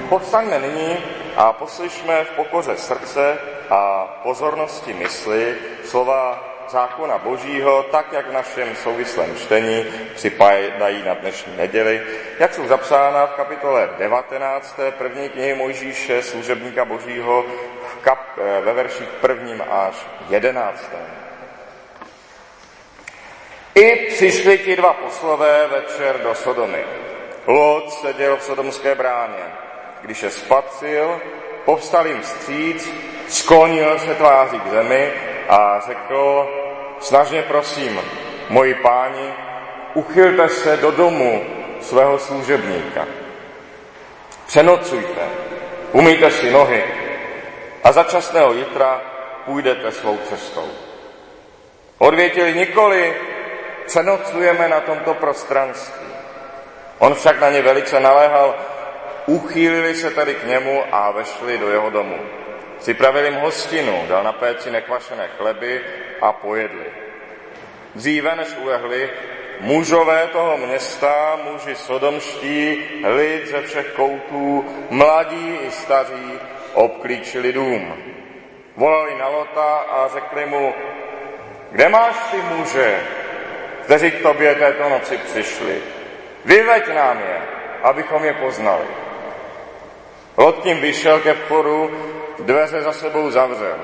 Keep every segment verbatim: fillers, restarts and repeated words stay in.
Povstaňme nyní a poslyšme v pokoře srdce a pozornosti mysli slova zákona Božího, tak, jak v našem souvislém čtení připadají na dnešní neděli, jak jsou zapsána v kapitole devatenácté první knihy Mojžíše, služebníka Božího, v kap, ve verších prvním až jedenáctém. I přišli ti dva poslové večer do Sodomy. Lot seděl v sodomské bráně. Když je spatřil, povstal jim vstříc, sklonil se tváří k zemi a řekl: snažně prosím, moji páni, uchylte se do domu svého služebníka. Přenocujte, umýjte si nohy a za časného jitra půjdete svou cestou. Odvětili: nikoli, přenocujeme na tomto prostranství. On však na ně velice naléhal, uchýlili se tedy k němu a vešli do jeho domu. Připravil jim hostinu, dal na péči nekvašené chleby a pojedli. Dříve než ulehli, mužové toho města, muži sodomští, lid ze všech koutů, mladí i staří, obklíčili dům. Volali na Lota a řekli mu: kde máš ty muže, kteří k tobě této noci přišli? Vyveď nám je, abychom je poznali. Lot tím vyšel ke vchodu, dveře za sebou zavřel.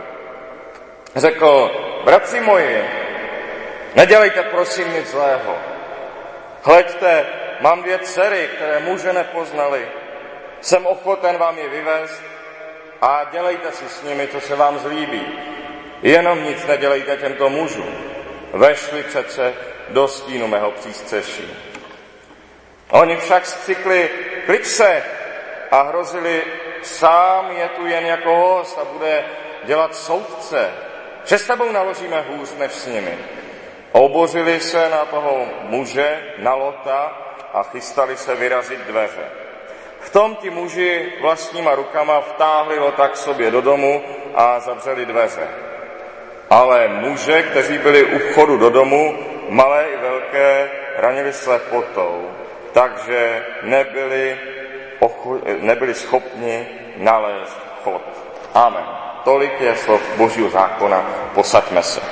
Řekl: bratři moji, nedělejte prosím nic zlého. Hleďte, mám dvě dcery, které muže nepoznali. Jsem ochoten vám je vyvést a dělejte si s nimi, co se vám zlíbí. Jenom nic nedělejte těmto mužům. Vešli přece do stínu mého přístřeší. Oni však skřikli: klič se, a hrozili: sám je tu jen jako host a bude dělat soudce. Že s tebou naložíme hůř než s nimi. Obořili se na toho muže, na Lota, a chystali se vyrazit dveře. V tom ti muži vlastníma rukama vtáhli Lota k sobě do domu a zavřeli dveře. Ale muže, kteří byli u vchodu do domu, malé i velké, ranili slepotou, takže nebyli, ochu, nebyli schopni nalézt chod. Amen. Tolik je slov Božího zákona. Posaďme se.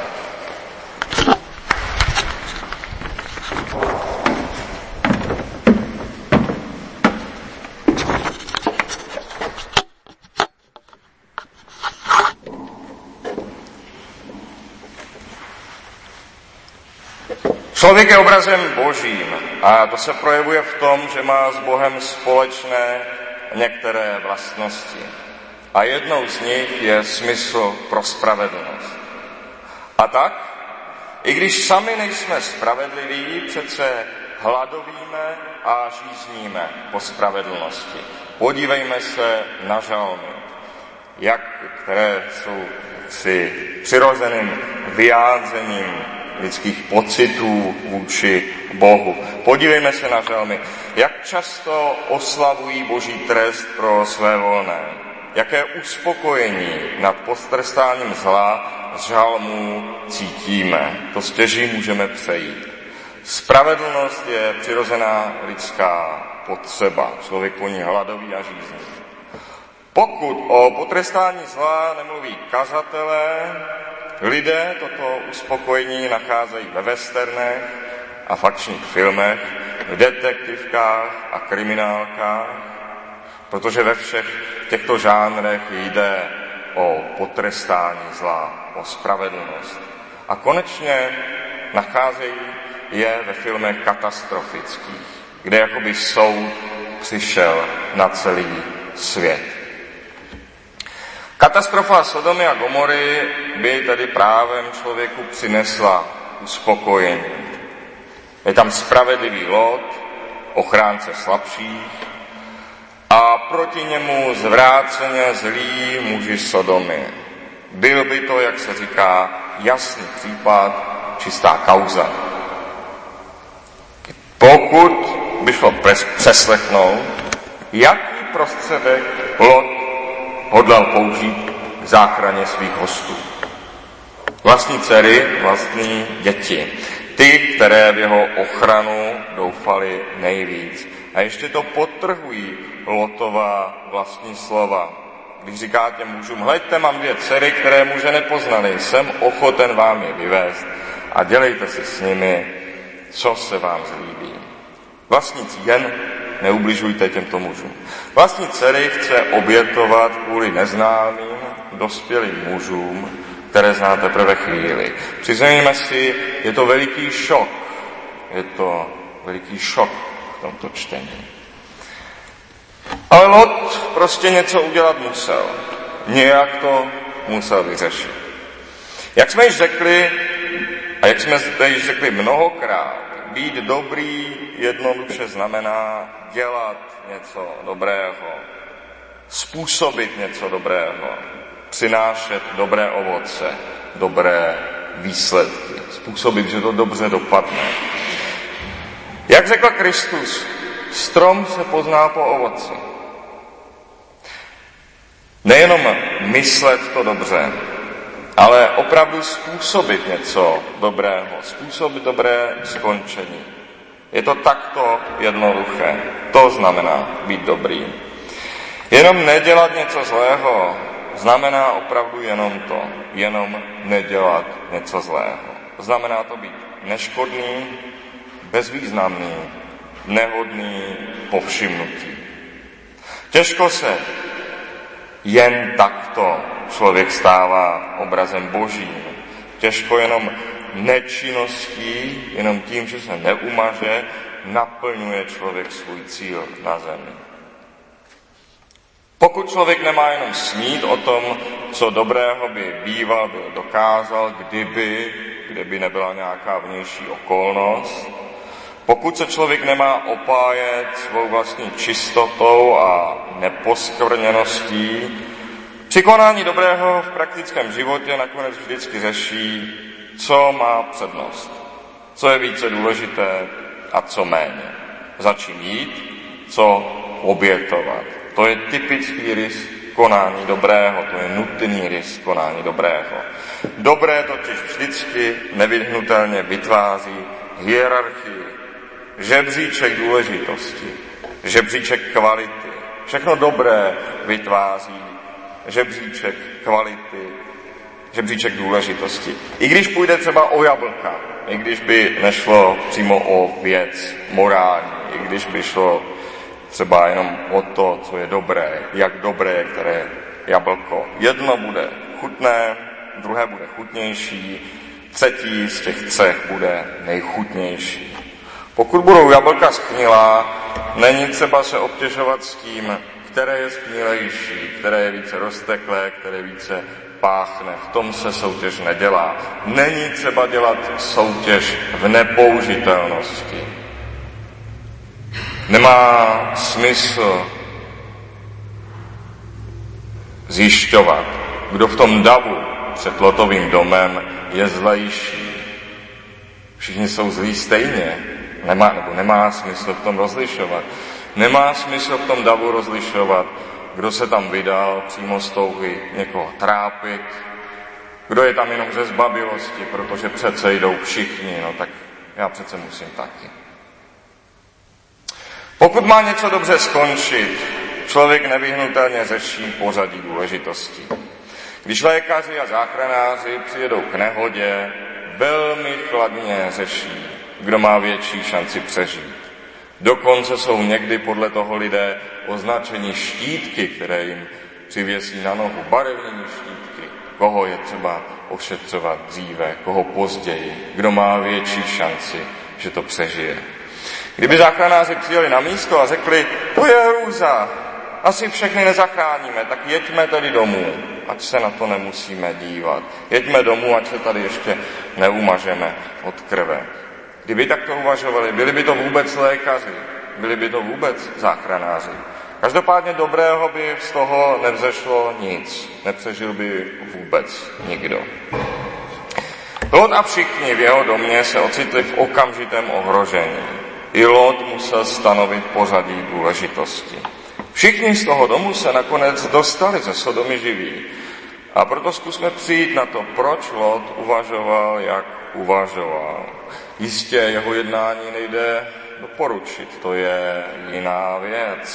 Člověk je obrazem Božím a to se projevuje v tom, že má s Bohem společné některé vlastnosti. A jednou z nich je smysl pro spravedlnost. A tak, i když sami nejsme spravedliví, přece hladovíme a žízníme po spravedlnosti. Podívejme se na žalmy, jak, které jsou si přirozeným vyjádřením lidských pocitů vůči Bohu. Podívejme se na žalmy, jak často oslavují Boží trest pro své volné. Jaké uspokojení nad potrestáním zla z žalmů cítíme. To stěží můžeme přejít. Spravedlnost je přirozená lidská potřeba. Člověk po ní hladový a žízní. Pokud o potrestání zla nemluví kazatelé, lidé toto uspokojení nacházejí ve westernech a v akčních filmech, v detektivkách a kriminálkách, protože ve všech těchto žánrech jde o potrestání zla, o spravedlnost. A konečně nacházejí je ve filmech katastrofických, kde jakoby soud přišel na celý svět. Katastrofa Sodomy a Gomory by tedy právem člověku přinesla uspokojení. Je tam spravedlivý Lot, ochránce slabších, a proti němu zvráceně zlí muži Sodomy. Byl by to, jak se říká, jasný případ, čistá kauza. Pokud by šlo přeslechnout, jaký prostředek Lot hodlal použít k záchraně svých hostů. Vlastní dcery, vlastní děti. Ty, které v jeho ochranu doufali nejvíc. A ještě to podtrhují Lotova vlastní slova. Když říká těm mužům, hleďte, mám dvě dcery, které muže nepoznali, jsem ochoten vám je vyvést a dělejte si s nimi, co se vám zlíbí. Vlastníci, jen neubližujte těmto mužům. Vlastní dcery chce obětovat kvůli neznámým, dospělým mužům, které znáte teprve chvíli. Přiznejme si, je to veliký šok. Je to veliký šok v tomto čtení. Ale Lot prostě něco udělat musel. Nějak to musel vyřešit. Jak jsme již řekli, a jak jsme zde již řekli mnohokrát, být dobrý jednoduše znamená dělat něco dobrého, způsobit něco dobrého, přinášet dobré ovoce, dobré výsledky, způsobit, že to dobře dopadne. Jak řekl Kristus, strom se pozná po ovoci. Nejenom myslet to dobře, ale opravdu způsobit něco dobrého, způsobit dobré skončení. Je to takto jednoduché. To znamená být dobrý. Jenom nedělat něco zlého znamená opravdu jenom to. Jenom nedělat něco zlého. Znamená to být neškodný, bezvýznamný, nehodný povšimnutí. Těžko se jen takto člověk stává obrazem Božím. Těžko jenom nečinností, jenom tím, že se neumaže, naplňuje člověk svůj cíl na zemi. Pokud člověk nemá jenom snít o tom, co dobrého by býval, by dokázal, kdyby, kdyby nebyla nějaká vnější okolnost, pokud se člověk nemá opájet svou vlastní čistotou a neposkvrněností, při konání dobrého v praktickém životě nakonec vždycky řeší, co má přednost, co je více důležité a co méně. Za čím jít, co obětovat. To je typický rys konání dobrého, to je nutný rys konání dobrého. Dobré totiž vždycky nevyhnutelně vytváří hierarchii, žebříček důležitosti, žebříček kvality. Všechno dobré vytváří žebříček kvality, žebříček důležitosti. I když půjde třeba o jablka, i když by nešlo přímo o věc morální, i když by šlo třeba jenom o to, co je dobré, jak dobré je které jablko. Jedno bude chutné, druhé bude chutnější, třetí z těch třech bude nejchutnější. Pokud budou jablka schnilá, není třeba se obtěžovat s tím, které je schnilejší, které je více rozteklé, které více páchne. V tom se soutěž nedělá. Není třeba dělat soutěž v nepoužitelnosti. Nemá smysl zjišťovat, kdo v tom davu před Lotovým domem je zlejší. Všichni jsou zlí stejně. Nemá, nebo nemá smysl v tom rozlišovat. Nemá smysl v tom davu rozlišovat, kdo se tam vydal přímo z touhy někoho trápit, kdo je tam jenom ze zbabilosti, protože přece jdou všichni, no tak já přece musím taky. Pokud má něco dobře skončit, člověk nevyhnutelně řeší pořadí důležitostí. Když lékaři a záchranáři přijedou k nehodě, velmi chladně řeší, kdo má větší šanci přežít. Dokonce jsou někdy podle toho lidé označeni štítky, které jim přivěsí na nohu, barevnými štítky. Koho je třeba ošetřovat dříve, koho později, kdo má větší šanci, že to přežije. Kdyby záchranáři přijeli na místo a řekli, to je hrůza, asi všechny nezachráníme, tak jeďme tedy domů, ať se na to nemusíme dívat. Jeďme domů, ať se tady ještě neumažeme od krve. Kdyby takto uvažovali, byli by to vůbec lékaři, byli by to vůbec záchranáři. Každopádně dobrého by z toho nevzešlo nic, nepřežil by vůbec nikdo. Lot a všichni v jeho domě se ocitli v okamžitém ohrožení. I Lot musel stanovit pořadí důležitosti. Všichni z toho domu se nakonec dostali ze Sodomy živí. A proto zkusme přijít na to, proč Lot uvažoval, jak uvažoval. Jistě jeho jednání nejde doporučit, to je jiná věc.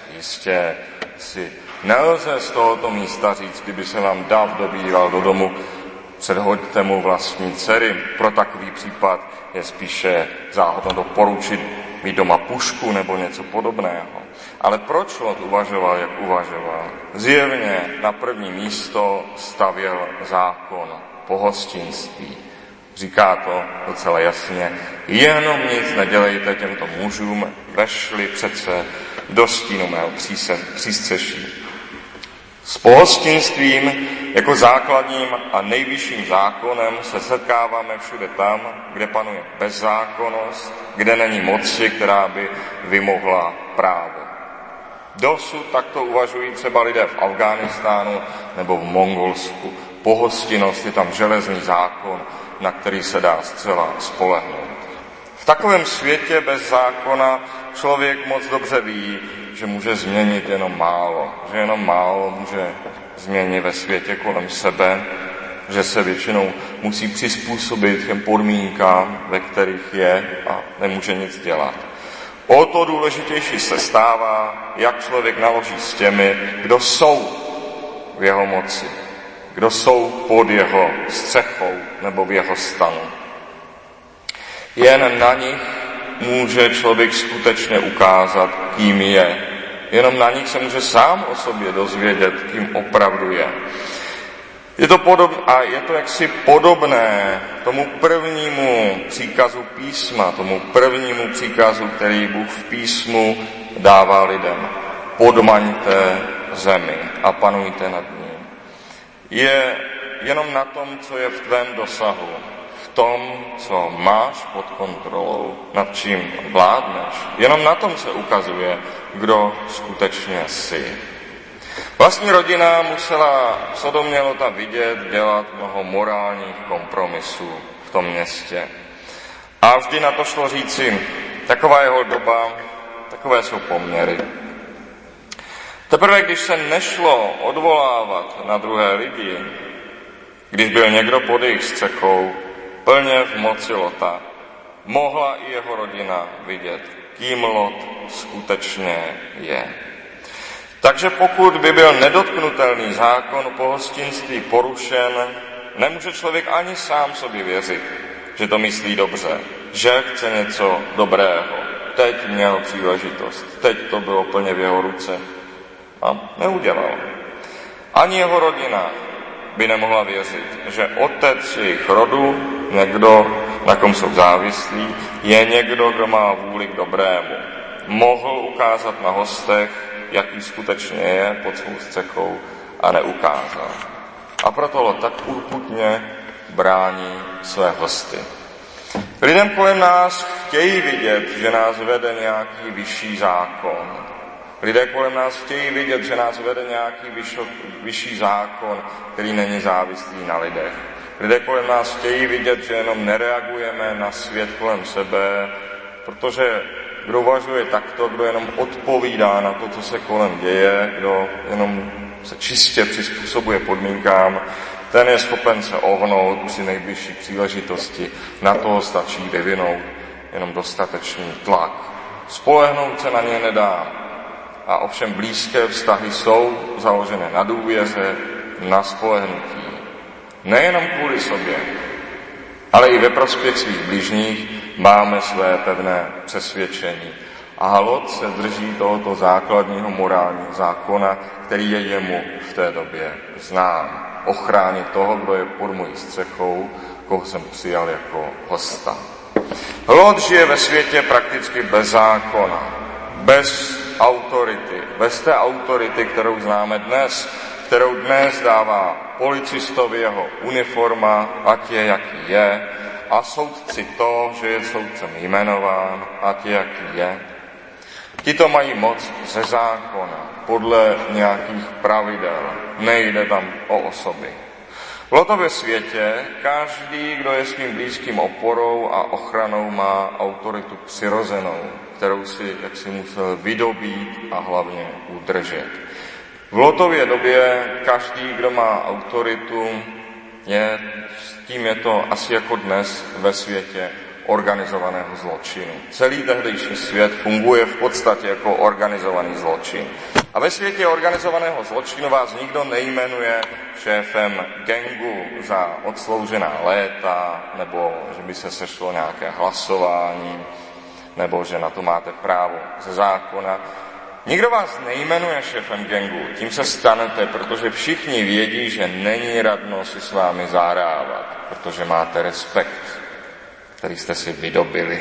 Jistě si nelze z tohoto místa říct, kdyby se vám dav dobýval do domu, předhoďte mu vlastní dcery. Pro takový případ je spíše záhodno doporučit mít doma pušku nebo něco podobného. Ale proč Lot uvažoval, jak uvažoval? Zjevně na první místo stavěl zákon pohostinství. Říká to docela jasně. Jenom nic nedělejte těmto mužům, vešli přece do stínu mého přístřeší. S pohostinstvím jako základním a nejvyšším zákonem se setkáváme všude tam, kde panuje bezzákonnost, kde není moci, která by vymohla právo. Dosud takto uvažují třeba lidé v Afghánistánu nebo v Mongolsku. Pohostinnost je tam železný zákon, na který se dá zcela spolehnout. V takovém světě bez zákona člověk moc dobře ví, že může změnit jenom málo, že jenom málo může změnit ve světě kolem sebe, že se většinou musí přizpůsobit těm podmínkám, ve kterých je a nemůže nic dělat. O to důležitější se stává, jak člověk naloží s těmi, kdo jsou v jeho moci, kdo jsou pod jeho střechou nebo v jeho stanu. Jen na nich může člověk skutečně ukázat, kým je. Jenom na nich se může sám o sobě dozvědět, kým opravdu je. Je to podob, a je to jaksi podobné tomu prvnímu příkazu písma, tomu prvnímu příkazu, který Bůh v písmu dává lidem. Podmaňte zemi a panujte nad ní. Je jenom na tom, co je v tvém dosahu, v tom, co máš pod kontrolou, nad čím vládneš. Jenom na tom se ukazuje, kdo skutečně jsi. Vlastní rodina musela Sodomě Lota vidět, dělat mnoho morálních kompromisů v tom městě. A vždy na to šlo říci, taková jeho doba, takové jsou poměry. Teprve, když se nešlo odvolávat na druhé lidi, když byl někdo pod jejich střechou, plně v moci Lota, mohla i jeho rodina vidět, kým Lot skutečně je. Takže pokud by byl nedotknutelný zákon o pohostinství porušen, nemůže člověk ani sám sobě věřit, že to myslí dobře, že chce něco dobrého. Teď měl příležitost, teď to bylo plně v jeho ruce a neudělal. Ani jeho rodina by nemohla věřit, že otec jejich rodu, někdo, na kom jsou závislí, je někdo, kdo má vůli k dobrému. Mohl ukázat na hostech, jaký skutečně je pod svou střechou a neukázal. A proto Lot tak urputně brání své hosty. Lidem kolem nás chtějí vidět, že nás vede nějaký vyšší zákon. Lidé kolem nás chtějí vidět, že nás vede nějaký vyšo, vyšší zákon, který není závislý na lidech. Lidé kolem nás chtějí vidět, že jenom nereagujeme na svět kolem sebe, protože kdo uvažuje takto, kdo jenom odpovídá na to, co se kolem děje, kdo jenom se čistě přizpůsobuje podmínkám, ten je schopen se ohnout při nejbližší příležitosti. Na toho stačí vyvinout jenom dostatečný tlak. Spolehnout se na ně nedá. A ovšem blízké vztahy jsou založené na důvěře, na spolehnutí. Nejenom kvůli sobě, ale i ve prospěch svých bližních máme své pevné přesvědčení. A Lot se drží tohoto základního morálního zákona, který je jemu v té době znám. Ochránit toho, kdo je pod mojí střechou, koho jsem přijal jako hosta. Lot žije ve světě prakticky bez zákona, bez autority, bez té autority, kterou známe dnes, kterou dnes dává policistovi jeho uniforma, ať je, jaký je, a soudci to, že je soudcem jmenován, ať je, jaký je. Tito mají moc ze zákona, podle nějakých pravidel, nejde tam o osoby. V Lotově světě každý, kdo je svým blízkým oporou a ochranou, má autoritu přirozenou, kterou si jaksi musel vydobít a hlavně udržet. V Lotově době každý, kdo má autoritu, je, s tím je to asi jako dnes ve světě, organizovaného zločinu. Celý tehdejší svět funguje v podstatě jako organizovaný zločin. A ve světě organizovaného zločinu vás nikdo nejmenuje šéfem gangu za odsloužená léta, nebo že by se sešlo nějaké hlasování, nebo že na to máte právo ze zákona. Nikdo vás nejmenuje šéfem gangu, tím se stanete, protože všichni vědí, že není radno si s vámi zahrávat, protože máte respekt, který jste si vydobili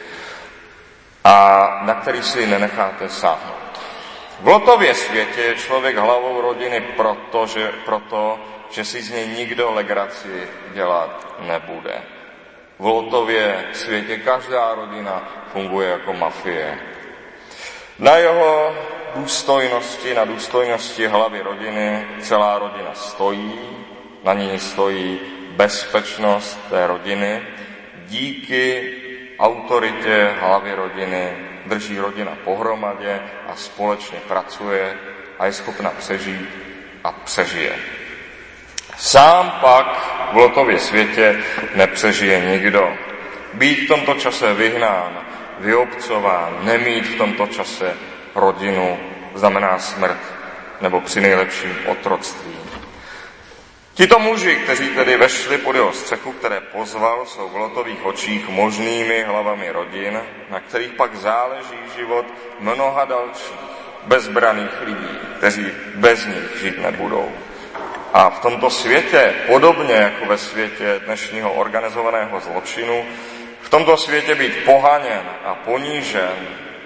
a na který si nenecháte sáhnout. V Lotově světě je člověk hlavou rodiny proto, že, proto, že si z něj nikdo legraci dělat nebude. V Lotově světě každá rodina funguje jako mafie. Na jeho důstojnosti, na důstojnosti hlavy rodiny celá rodina stojí, na ní stojí bezpečnost té rodiny. Díky autoritě hlavy rodiny drží rodina pohromadě a společně pracuje a je schopna přežít a přežije. Sám pak v Lotově světě nepřežije nikdo. Být v tomto čase vyhnán, vyobcován, nemít v tomto čase rodinu znamená smrt, nebo při nejlepším otroctví. Tito muži, kteří tedy vešli pod jeho střechu, které pozval, jsou v Lotových očích možnými hlavami rodin, na kterých pak záleží život mnoha dalších bezbraných lidí, kteří bez nich žít nebudou. A v tomto světě, podobně jako ve světě dnešního organizovaného zločinu, v tomto světě být pohaněn a ponížen,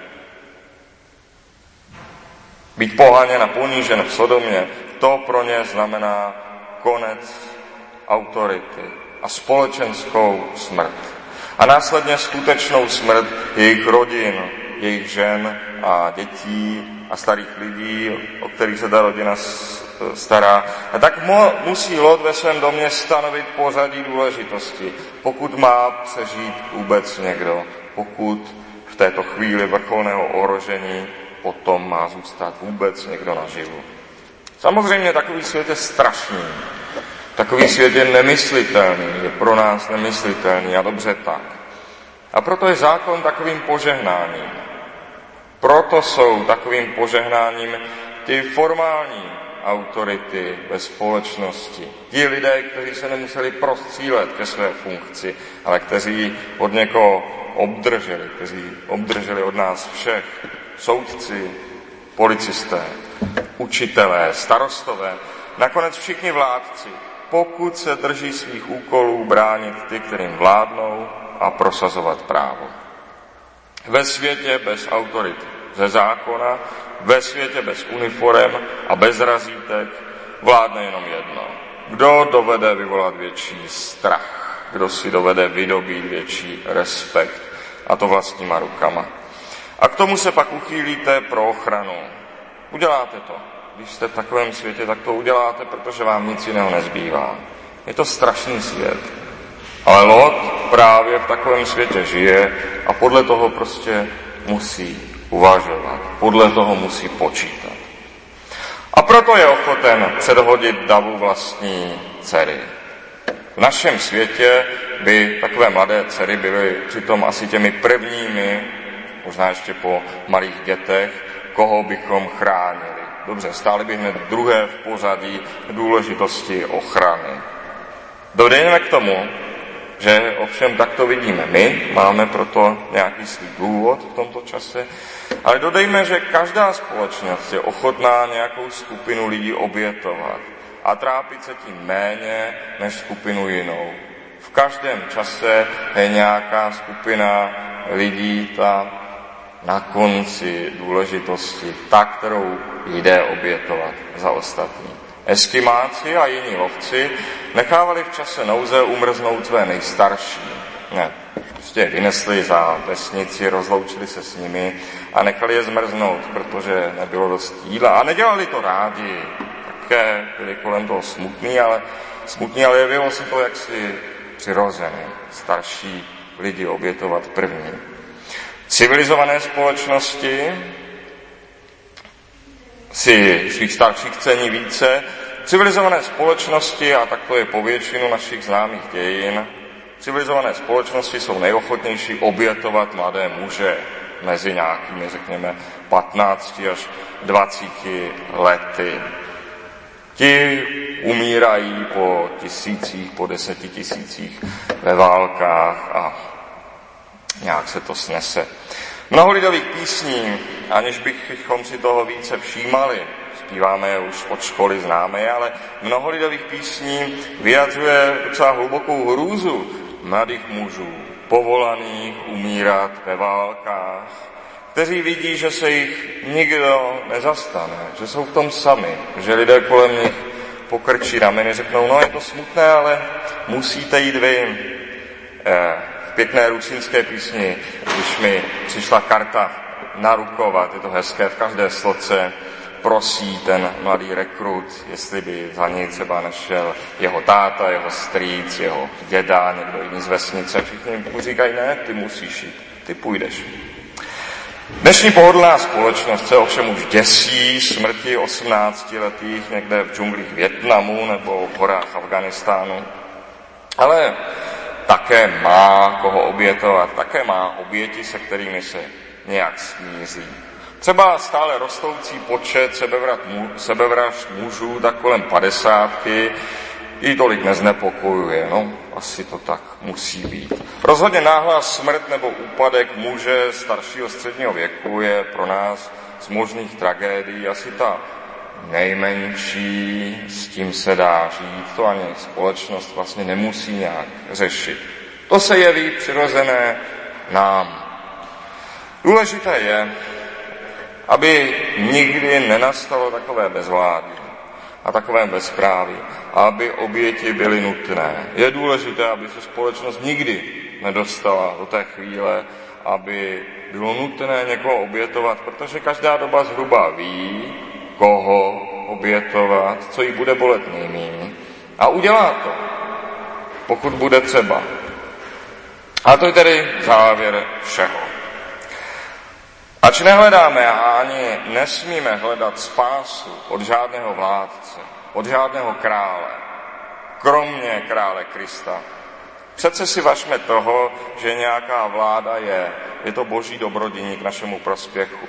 být pohaněn a ponížen v Sodomě, to pro ně znamená konec autority a společenskou smrt. A následně skutečnou smrt jejich rodin, jejich žen a dětí a starých lidí, o kterých se ta rodina stará. A tak mo, musí Lot ve svém domě stanovit pořadí důležitosti, pokud má přežít vůbec někdo, pokud v této chvíli vrcholného ohrožení potom má zůstat vůbec někdo naživu. Samozřejmě takový svět je strašný. Takový svět je nemyslitelný, je pro nás nemyslitelný a dobře tak. A proto je zákon takovým požehnáním. Proto jsou takovým požehnáním ty formální autority ve společnosti. Ti lidé, kteří se nemuseli prostřílet ke své funkci, ale kteří od někoho obdrželi, kteří obdrželi od nás všech, soudci, policisté, učitelé, starostové, nakonec všichni vládci, pokud se drží svých úkolů bránit ty, kterým vládnou a prosazovat právo. Ve světě bez autority, ze zákona, ve světě bez uniforem a bez razítek vládne jenom jedno. Kdo dovede vyvolat větší strach, kdo si dovede vydobít větší respekt, a to vlastníma rukama. A k tomu se pak uchýlíte pro ochranu. Uděláte to. Když jste v takovém světě, tak to uděláte, protože vám nic jiného nezbývá. Je to strašný svět. Ale Lot právě v takovém světě žije a podle toho prostě musí uvažovat. Podle toho musí počítat. A proto je ochoten předhodit davu vlastní dcery. V našem světě by takové mladé dcery byly přitom asi těmi prvními, možná ještě po malých dětech, koho bychom chránili. Dobře, stáli by hned druhé v pořadí důležitosti ochrany. Dojdeme k tomu, že ovšem tak to vidíme my, máme proto nějaký svůj důvod v tomto čase, ale dodejme, že každá společnost je ochotná nějakou skupinu lidí obětovat a trápit se tím méně než skupinu jinou. V každém čase je nějaká skupina lidí ta na konci důležitosti, ta, kterou jde obětovat za ostatní. Eskimáci a jiní lovci nechávali v čase nouze umrznout své nejstarší. Ne, prostě vynesli za vesnici, rozloučili se s nimi a nechali je zmrznout, protože nebylo dost jídla. A nedělali to rádi, také byli kolem toho smutní, ale smutní, ale jevilo se to jaksi přirozené. Starší lidi obětovat první. Civilizované společnosti si svých starších cení více. Civilizované společnosti, a tak to je po většinu našich známých dějin, civilizované společnosti jsou nejochotnější obětovat mladé muže mezi nějakými, řekněme, patnácti až dvaceti lety. Ti umírají po tisících, po desetitisících ve válkách a nějak se to snese. Mnoho lidových písní, aniž bychom si toho více všímali, zpíváme je už od školy, známe je, ale mnoho lidových písní vyjadřuje docela hlubokou hrůzu mladých mužů, povolaných umírat ve válkách, kteří vidí, že se jich nikdo nezastane, že jsou v tom sami, že lidé kolem nich pokrčí rameny, řeknou, no je to smutné, ale musíte jít vy. Eh, v pěkné rusínské písni, když mi přišla karta narukovat, je to hezké, v každé sloce prosí ten mladý rekrut, jestli by za něj třeba našel jeho táta, jeho strýc, jeho děda, někdo jiný z vesnice. Všichni mu říkají, ne, ty musíš jít, ty půjdeš. Dnešní pohodlná společnost se ovšem už děsí smrti osmnáctiletých někde v džunglích Vietnamu nebo v horách Afganistánu, ale také má koho obětovat, také má oběti, se kterými se nějak smíří. Třeba stále rostoucí počet sebevražd mužů, tak kolem padesátky, i tolik neznepokojuje, no, asi to tak musí být. Rozhodně náhlá smrt nebo úpadek muže staršího středního věku je pro nás z možných tragédií asi ta nejmenší, s tím se dá žít, to ani společnost vlastně nemusí nějak řešit. To se jeví přirozené nám. Důležité je, aby nikdy nenastalo takové bezvládí a takové bezpráví, a aby oběti byly nutné. Je důležité, aby se společnost nikdy nedostala do té chvíle, aby bylo nutné někoho obětovat, protože každá doba zhruba ví, koho obětovat, co jí bude bolet nejméně, a udělá to, pokud bude třeba. A to je tedy závěr všeho. Ač nehledáme a ani nesmíme hledat spásu od žádného vládce, od žádného krále, kromě krále Krista, přece si važme toho, že nějaká vláda je, je to boží dobrodění k našemu prospěchu.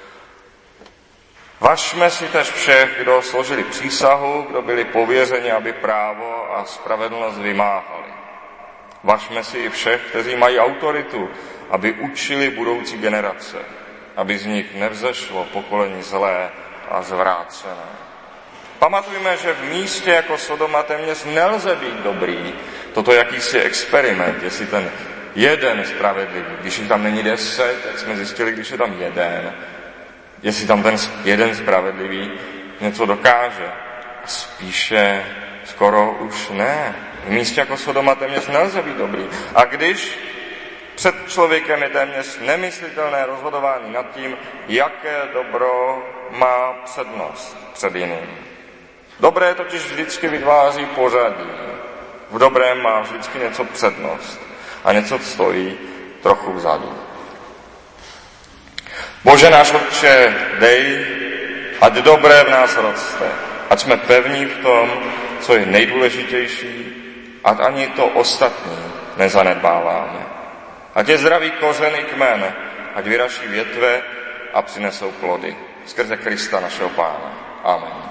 Važme si tež všech, kdo složili přísahu, kdo byli pověřeni, aby právo a spravedlnost vymáhali. Važme si i všech, kteří mají autoritu, aby učili budoucí generace, aby z nich nevzešlo pokolení zlé a zvrácené. Pamatujme, že v místě jako Sodoma téměř nelze být dobrý. Toto je jakýsi experiment, jestli ten jeden spravedlivý, když jich tam není deset, jak jsme zjistili, když je tam jeden, jestli tam ten jeden spravedlivý něco dokáže. Spíše skoro už ne. V místě jako Sodoma téměř nelze být dobrý. A když před člověkem je téměř nemyslitelné rozhodování nad tím, jaké dobro má přednost před jiným. Dobré totiž vždycky vytváří pořadí. V dobrém má vždycky něco přednost a něco stojí trochu vzadu. Bože náš Otče, dej, ať dobré v nás roste, ať jsme pevní v tom, co je nejdůležitější, ať ani to ostatní nezanedbáváme. Ať je zdravý kořen i kmen, ať vyraší větve a přinesou plody. Skrze Krista našeho Pána. Amen.